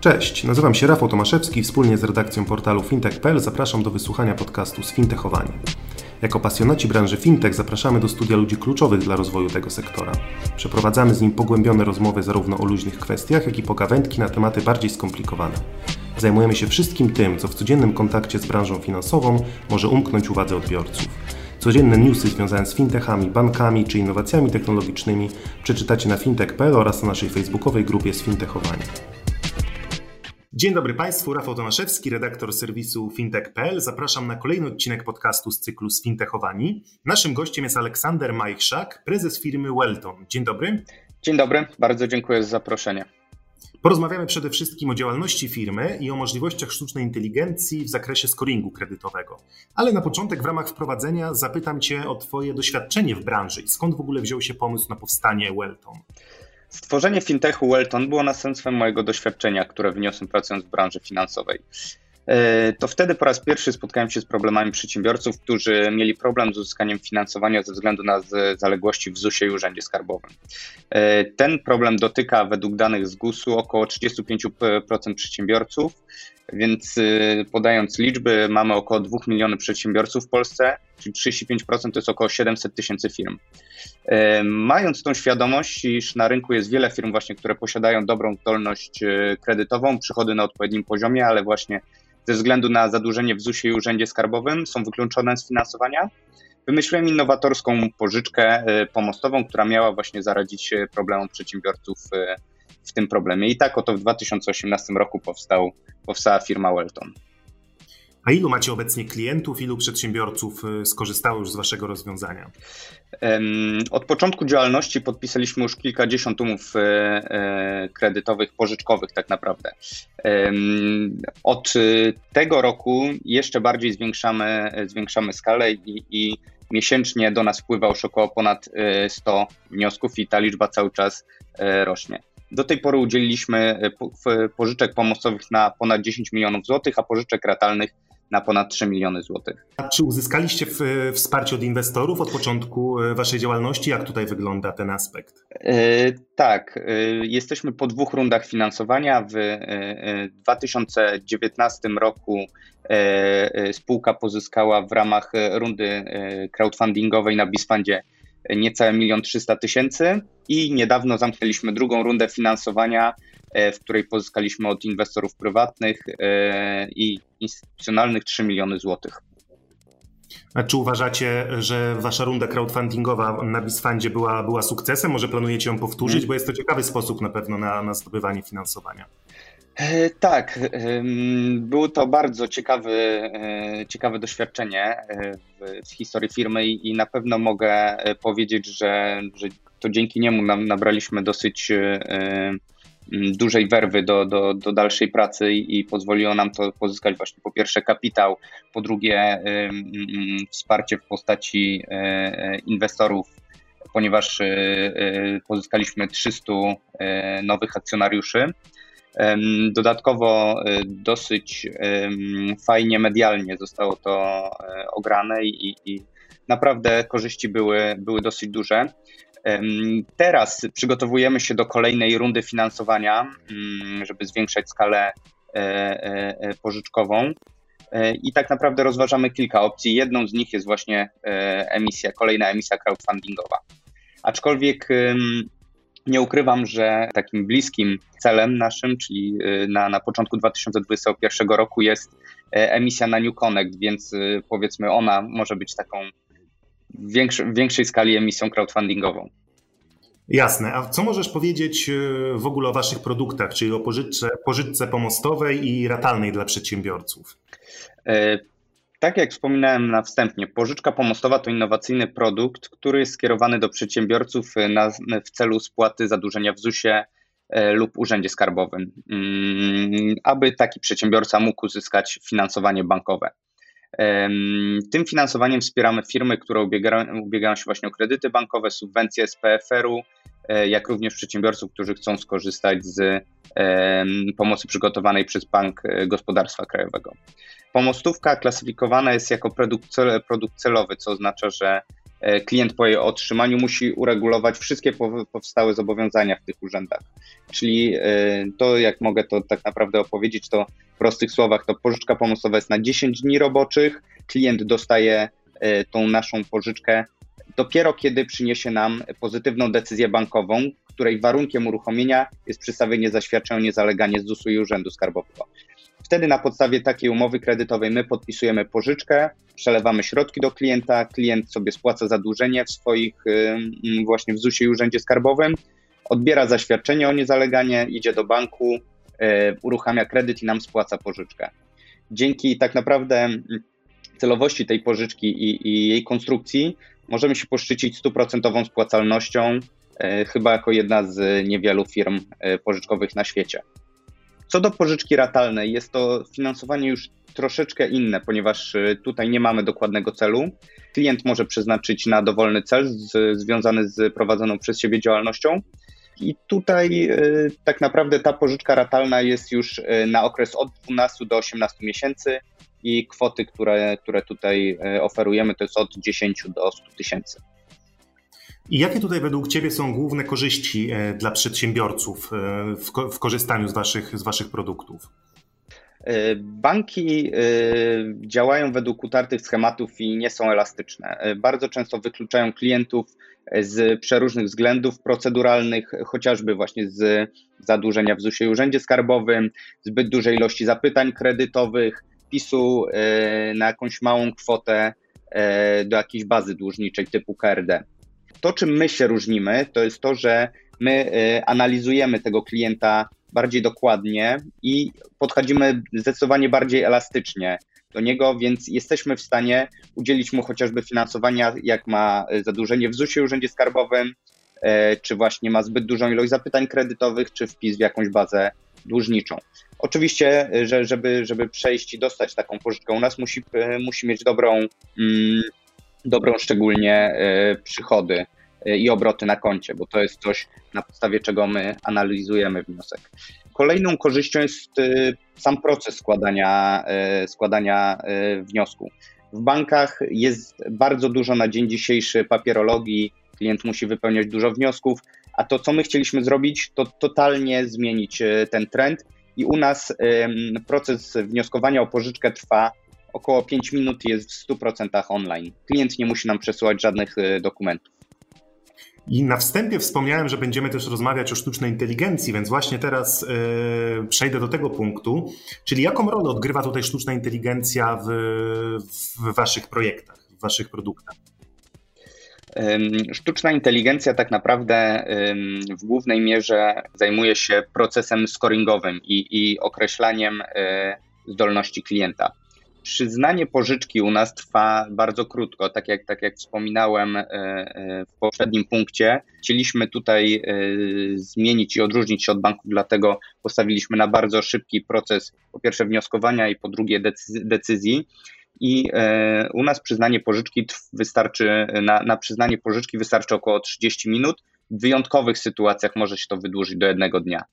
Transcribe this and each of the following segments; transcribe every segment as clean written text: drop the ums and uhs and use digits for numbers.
Cześć, nazywam się Rafał Tomaszewski i wspólnie z redakcją portalu fintech.pl zapraszam do wysłuchania podcastu Sfintechowani. Jako pasjonaci branży fintech zapraszamy do studia ludzi kluczowych dla rozwoju tego sektora. Przeprowadzamy z nim pogłębione rozmowy zarówno o luźnych kwestiach, jak i pogawędki na tematy bardziej skomplikowane. Zajmujemy się wszystkim tym, co w codziennym kontakcie z branżą finansową może umknąć uwadze odbiorców. Codzienne newsy związane z fintechami, bankami czy innowacjami technologicznymi przeczytacie na fintech.pl oraz na naszej facebookowej grupie Sfintechowani. Dzień dobry Państwu, Rafał Tomaszewski, redaktor serwisu fintech.pl. Zapraszam na kolejny odcinek podcastu z cyklu Sfintechowani. Naszym gościem jest Aleksander Majchrzak, prezes firmy Welton. Dzień dobry. Dzień dobry, bardzo dziękuję za zaproszenie. Porozmawiamy przede wszystkim o działalności firmy i o możliwościach sztucznej inteligencji w zakresie scoringu kredytowego. Ale na początek w ramach wprowadzenia zapytam Cię o Twoje doświadczenie w branży i skąd w ogóle wziął się pomysł na powstanie Welton? Stworzenie fintechu Welton było następstwem mojego doświadczenia, które wyniosłem pracując w branży finansowej. To wtedy po raz pierwszy spotkałem się z problemami przedsiębiorców, którzy mieli problem z uzyskaniem finansowania ze względu na zaległości w ZUS-ie i Urzędzie Skarbowym. Ten problem dotyka według danych z GUS-u około 35% przedsiębiorców, więc podając liczby, mamy około 2 milionów przedsiębiorców w Polsce, czyli 35% to jest około 700 tysięcy firm. Mając tą świadomość, iż na rynku jest wiele firm właśnie, które posiadają dobrą zdolność kredytową, przychody na odpowiednim poziomie, ale właśnie ze względu na zadłużenie w ZUS-ie i Urzędzie Skarbowym są wykluczone z finansowania, wymyśliłem innowatorską pożyczkę pomostową, która miała właśnie zaradzić problemom przedsiębiorców w tym problemie. I tak oto w 2018 roku powstała firma Welton. A ilu macie obecnie klientów, ilu przedsiębiorców skorzystało już z Waszego rozwiązania? Od początku działalności podpisaliśmy już kilkadziesiąt umów kredytowych, pożyczkowych tak naprawdę. Od tego roku jeszcze bardziej zwiększamy skalę i miesięcznie do nas wpływa już około ponad 100 wniosków i ta liczba cały czas rośnie. Do tej pory udzieliliśmy pożyczek pomostowych na ponad 10 milionów złotych, a pożyczek ratalnych na ponad 3 miliony złotych. A czy uzyskaliście wsparcie od inwestorów od początku Waszej działalności? Jak tutaj wygląda ten aspekt? Tak, jesteśmy po 2 rundach finansowania. W 2019 roku spółka pozyskała w ramach rundy crowdfundingowej na BizFundzie niecałe 1 300 000 i niedawno zamknęliśmy drugą rundę finansowania, w której pozyskaliśmy od inwestorów prywatnych i instytucjonalnych 3 miliony złotych. A czy uważacie, że Wasza runda crowdfundingowa na BizFundzie była sukcesem? Może planujecie ją powtórzyć, bo jest to ciekawy sposób na pewno na zdobywanie finansowania. Tak, było to bardzo ciekawe doświadczenie w historii firmy i na pewno mogę powiedzieć, że to dzięki niemu nabraliśmy dosyć dużej werwy do dalszej pracy i pozwoliło nam to pozyskać właśnie po pierwsze kapitał, po drugie wsparcie w postaci inwestorów, ponieważ pozyskaliśmy 300 nowych akcjonariuszy. Dodatkowo dosyć fajnie medialnie zostało to ograne i naprawdę korzyści były dosyć duże. Teraz przygotowujemy się do kolejnej rundy finansowania, żeby zwiększać skalę pożyczkową i tak naprawdę rozważamy kilka opcji. Jedną z nich jest właśnie kolejna emisja crowdfundingowa. Aczkolwiek nie ukrywam, że takim bliskim celem naszym, czyli na początku 2021 roku jest emisja na New Connect, więc powiedzmy ona może być taką w większej skali emisją crowdfundingową. Jasne. A co możesz powiedzieć w ogóle o Waszych produktach, czyli o pożyczce pomostowej i ratalnej dla przedsiębiorców? Tak jak wspominałem na wstępie, pożyczka pomostowa to innowacyjny produkt, który jest skierowany do przedsiębiorców w celu spłaty zadłużenia w ZUS-ie lub Urzędzie Skarbowym, aby taki przedsiębiorca mógł uzyskać finansowanie bankowe. Tym finansowaniem wspieramy firmy, które ubiegają się właśnie o kredyty bankowe, subwencje z PFR-u, jak również przedsiębiorców, którzy chcą skorzystać z pomocy przygotowanej przez Bank Gospodarstwa Krajowego. Pomostówka klasyfikowana jest jako produkt celowy, co oznacza, że klient po jej otrzymaniu musi uregulować wszystkie powstałe zobowiązania w tych urzędach. Czyli to, jak mogę to tak naprawdę opowiedzieć, to w prostych słowach, to pożyczka pomostowa jest na 10 dni roboczych, klient dostaje tą naszą pożyczkę dopiero kiedy przyniesie nam pozytywną decyzję bankową, której warunkiem uruchomienia jest przedstawienie zaświadczenia o niezaleganie z ZUS-u i Urzędu Skarbowego. Wtedy na podstawie takiej umowy kredytowej my podpisujemy pożyczkę, przelewamy środki do klienta, klient sobie spłaca zadłużenie w swoich właśnie w ZUS-ie i Urzędzie Skarbowym, odbiera zaświadczenie o niezaleganie, idzie do banku, uruchamia kredyt i nam spłaca pożyczkę. Dzięki tak naprawdę celowości tej pożyczki i jej konstrukcji możemy się poszczycić 100% spłacalnością, chyba jako jedna z niewielu firm pożyczkowych na świecie. Co do pożyczki ratalnej, jest to finansowanie już troszeczkę inne, ponieważ tutaj nie mamy dokładnego celu. Klient może przeznaczyć na dowolny cel związany z prowadzoną przez siebie działalnością. I tutaj tak naprawdę ta pożyczka ratalna jest już na okres od 12 do 18 miesięcy i kwoty, które tutaj oferujemy, to jest od 10 do 100 tysięcy. I jakie tutaj według Ciebie są główne korzyści dla przedsiębiorców w korzystaniu z Waszych produktów? Banki działają według utartych schematów i nie są elastyczne. Bardzo często wykluczają klientów z przeróżnych względów proceduralnych, chociażby właśnie z zadłużenia w ZUS-ie i Urzędzie Skarbowym, zbyt dużej ilości zapytań kredytowych, wpisu na jakąś małą kwotę do jakiejś bazy dłużniczej typu KRD. To, czym my się różnimy, to jest to, że my analizujemy tego klienta bardziej dokładnie i podchodzimy zdecydowanie bardziej elastycznie do niego, więc jesteśmy w stanie udzielić mu chociażby finansowania, jak ma zadłużenie w ZUS-ie i Urzędzie Skarbowym, czy właśnie ma zbyt dużą ilość zapytań kredytowych, czy wpis w jakąś bazę dłużniczą. Oczywiście, żeby przejść i dostać taką pożyczkę u nas, musi mieć dobrą szczególnie przychody i obroty na koncie, bo to jest coś, na podstawie czego my analizujemy wniosek. Kolejną korzyścią jest sam proces składania wniosku. W bankach jest bardzo dużo na dzień dzisiejszy papierologii, klient musi wypełniać dużo wniosków, a to, co my chcieliśmy zrobić, to totalnie zmienić ten trend i u nas proces wnioskowania o pożyczkę trwa około 5 minut i jest w 100% online. Klient nie musi nam przesyłać żadnych dokumentów. I na wstępie wspomniałem, że będziemy też rozmawiać o sztucznej inteligencji, więc właśnie teraz przejdę do tego punktu, czyli jaką rolę odgrywa tutaj sztuczna inteligencja w Waszych projektach, w Waszych produktach? Sztuczna inteligencja tak naprawdę w głównej mierze zajmuje się procesem scoringowym i określaniem zdolności klienta. Przyznanie pożyczki u nas trwa bardzo krótko, tak jak wspominałem w poprzednim punkcie. Chcieliśmy tutaj zmienić i odróżnić się od banków, dlatego postawiliśmy na bardzo szybki proces, po pierwsze wnioskowania i po drugie decyzji. I u nas przyznanie pożyczki na przyznanie pożyczki wystarczy około 30 minut. W wyjątkowych sytuacjach może się to wydłużyć do 1 dnia.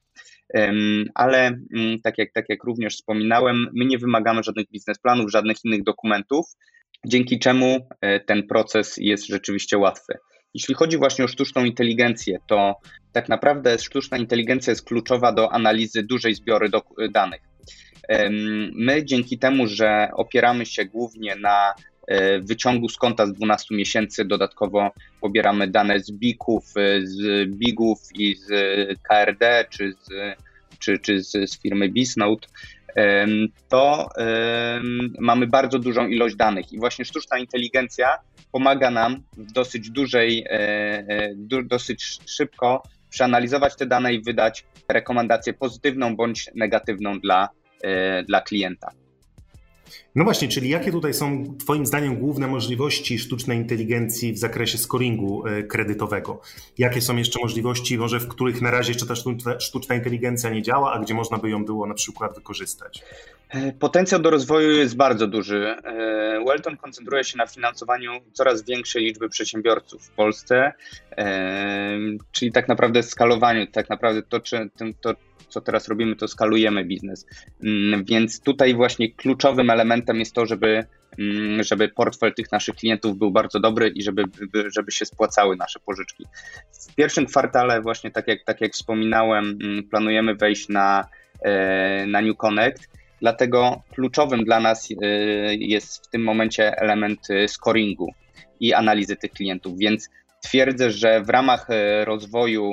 Ale tak jak również wspominałem, my nie wymagamy żadnych biznesplanów, żadnych innych dokumentów, dzięki czemu ten proces jest rzeczywiście łatwy. Jeśli chodzi właśnie o sztuczną inteligencję, to tak naprawdę sztuczna inteligencja jest kluczowa do analizy dużej zbiory danych. My dzięki temu, że opieramy się głównie na wyciągu z konta z 12 miesięcy, dodatkowo pobieramy dane z BIK-ów, z BIG-ów i z KRD czy z firmy Bisnode, to mamy bardzo dużą ilość danych i właśnie sztuczna inteligencja pomaga nam dosyć szybko przeanalizować te dane i wydać rekomendację pozytywną bądź negatywną dla klienta. No właśnie, czyli jakie tutaj są Twoim zdaniem główne możliwości sztucznej inteligencji w zakresie scoringu kredytowego? Jakie są jeszcze możliwości, może w których na razie jeszcze ta sztuczna inteligencja nie działa, a gdzie można by ją było na przykład wykorzystać? Potencjał do rozwoju jest bardzo duży. Welton koncentruje się na finansowaniu coraz większej liczby przedsiębiorców w Polsce, czyli tak naprawdę skalowaniu, tak naprawdę to co teraz robimy, to skalujemy biznes. Więc tutaj właśnie kluczowym elementem jest to, żeby żeby portfel tych naszych klientów był bardzo dobry i żeby się spłacały nasze pożyczki. W pierwszym kwartale właśnie, tak jak wspominałem, planujemy wejść na New Connect, dlatego kluczowym dla nas jest w tym momencie element scoringu i analizy tych klientów, więc twierdzę, że w ramach rozwoju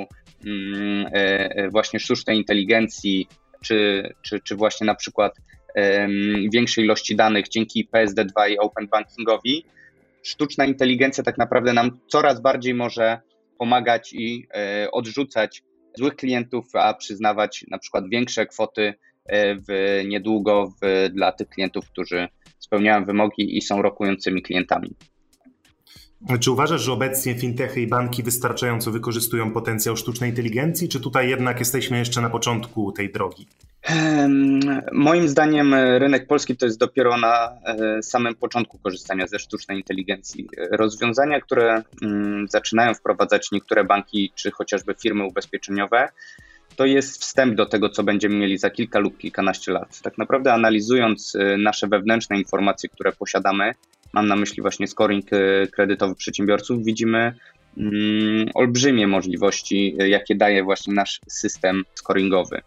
właśnie sztucznej inteligencji, czy właśnie na przykład większej ilości danych dzięki PSD2 i Open Bankingowi, sztuczna inteligencja tak naprawdę nam coraz bardziej może pomagać i odrzucać złych klientów, a przyznawać na przykład większe kwoty niedługo dla tych klientów, którzy spełniają wymogi i są rokującymi klientami. Czy uważasz, że obecnie fintechy i banki wystarczająco wykorzystują potencjał sztucznej inteligencji, czy tutaj jednak jesteśmy jeszcze na początku tej drogi? Moim zdaniem rynek polski to jest dopiero na samym początku korzystania ze sztucznej inteligencji. Rozwiązania, które zaczynają wprowadzać niektóre banki, czy chociażby firmy ubezpieczeniowe, to jest wstęp do tego, co będziemy mieli za kilka lub kilkanaście lat. Tak naprawdę analizując nasze wewnętrzne informacje, które posiadamy, mam na myśli właśnie scoring kredytowy przedsiębiorców, widzimy olbrzymie możliwości, jakie daje właśnie nasz system scoringowy.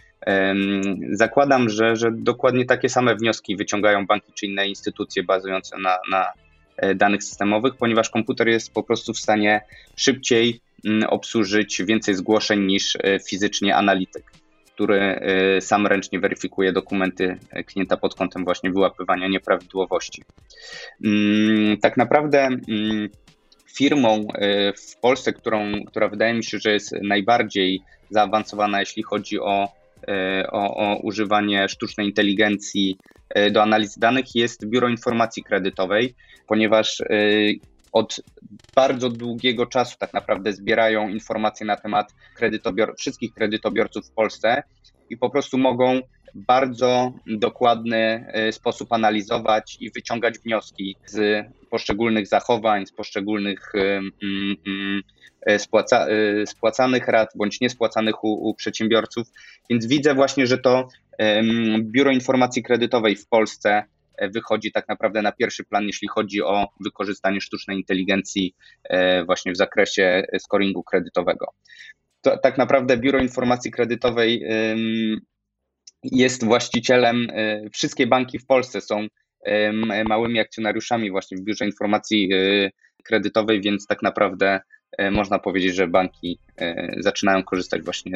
Zakładam, że dokładnie takie same wnioski wyciągają banki czy inne instytucje bazujące na danych systemowych, ponieważ komputer jest po prostu w stanie szybciej obsłużyć więcej zgłoszeń niż fizycznie analityk, który sam ręcznie weryfikuje dokumenty klienta pod kątem właśnie wyłapywania nieprawidłowości. Tak naprawdę firmą w Polsce, która wydaje mi się, że jest najbardziej zaawansowana, jeśli chodzi o używanie sztucznej inteligencji do analizy danych, jest Biuro Informacji Kredytowej, ponieważ od bardzo długiego czasu tak naprawdę zbierają informacje na temat wszystkich kredytobiorców w Polsce i po prostu mogą w bardzo dokładny sposób analizować i wyciągać wnioski z poszczególnych zachowań, z poszczególnych spłacanych rat bądź niespłacanych u przedsiębiorców. Więc widzę właśnie, że to Biuro Informacji Kredytowej w Polsce wychodzi tak naprawdę na pierwszy plan, jeśli chodzi o wykorzystanie sztucznej inteligencji właśnie w zakresie scoringu kredytowego. To tak naprawdę Biuro Informacji Kredytowej jest właścicielem, wszystkie banki w Polsce są małymi akcjonariuszami właśnie w Biurze Informacji Kredytowej, więc tak naprawdę można powiedzieć, że banki zaczynają korzystać właśnie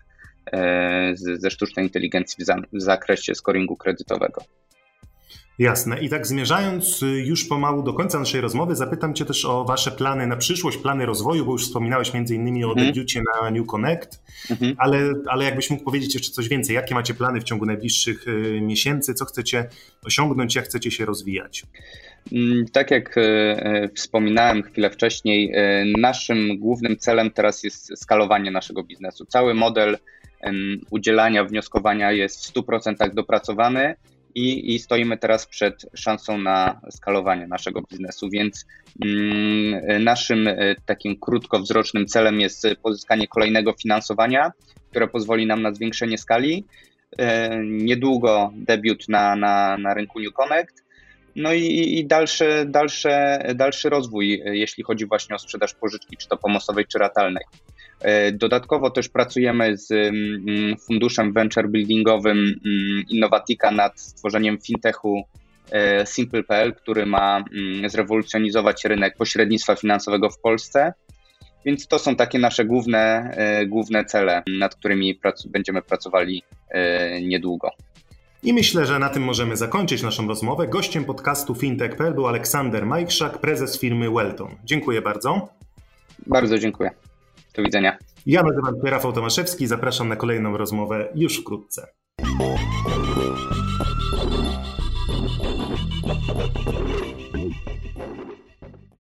ze sztucznej inteligencji w zakresie scoringu kredytowego. Jasne. I tak zmierzając już pomału do końca naszej rozmowy, zapytam Cię też o Wasze plany na przyszłość, plany rozwoju, bo już wspominałeś m.in. o debiucie na New Connect, ale jakbyś mógł powiedzieć jeszcze coś więcej, jakie macie plany w ciągu najbliższych miesięcy, co chcecie osiągnąć, jak chcecie się rozwijać? Tak jak wspominałem chwilę wcześniej, naszym głównym celem teraz jest skalowanie naszego biznesu. Cały model udzielania wnioskowania jest w 100% dopracowany i stoimy teraz przed szansą na skalowanie naszego biznesu, więc naszym takim krótkowzrocznym celem jest pozyskanie kolejnego finansowania, które pozwoli nam na zwiększenie skali. Niedługo debiut na rynku New Connect, no i dalszy rozwój, jeśli chodzi właśnie o sprzedaż pożyczki, czy to pomostowej, czy ratalnej. Dodatkowo też pracujemy z funduszem venture buildingowym Innovatika nad stworzeniem fintechu Simple.pl, który ma zrewolucjonizować rynek pośrednictwa finansowego w Polsce. Więc to są takie nasze główne cele, nad którymi będziemy pracowali niedługo. I myślę, że na tym możemy zakończyć naszą rozmowę. Gościem podcastu Fintech.pl był Aleksander Majchrzak, prezes firmy Welton. Dziękuję bardzo. Bardzo dziękuję. Do widzenia. Ja nazywam się Rafał Tomaszewski i zapraszam na kolejną rozmowę już wkrótce.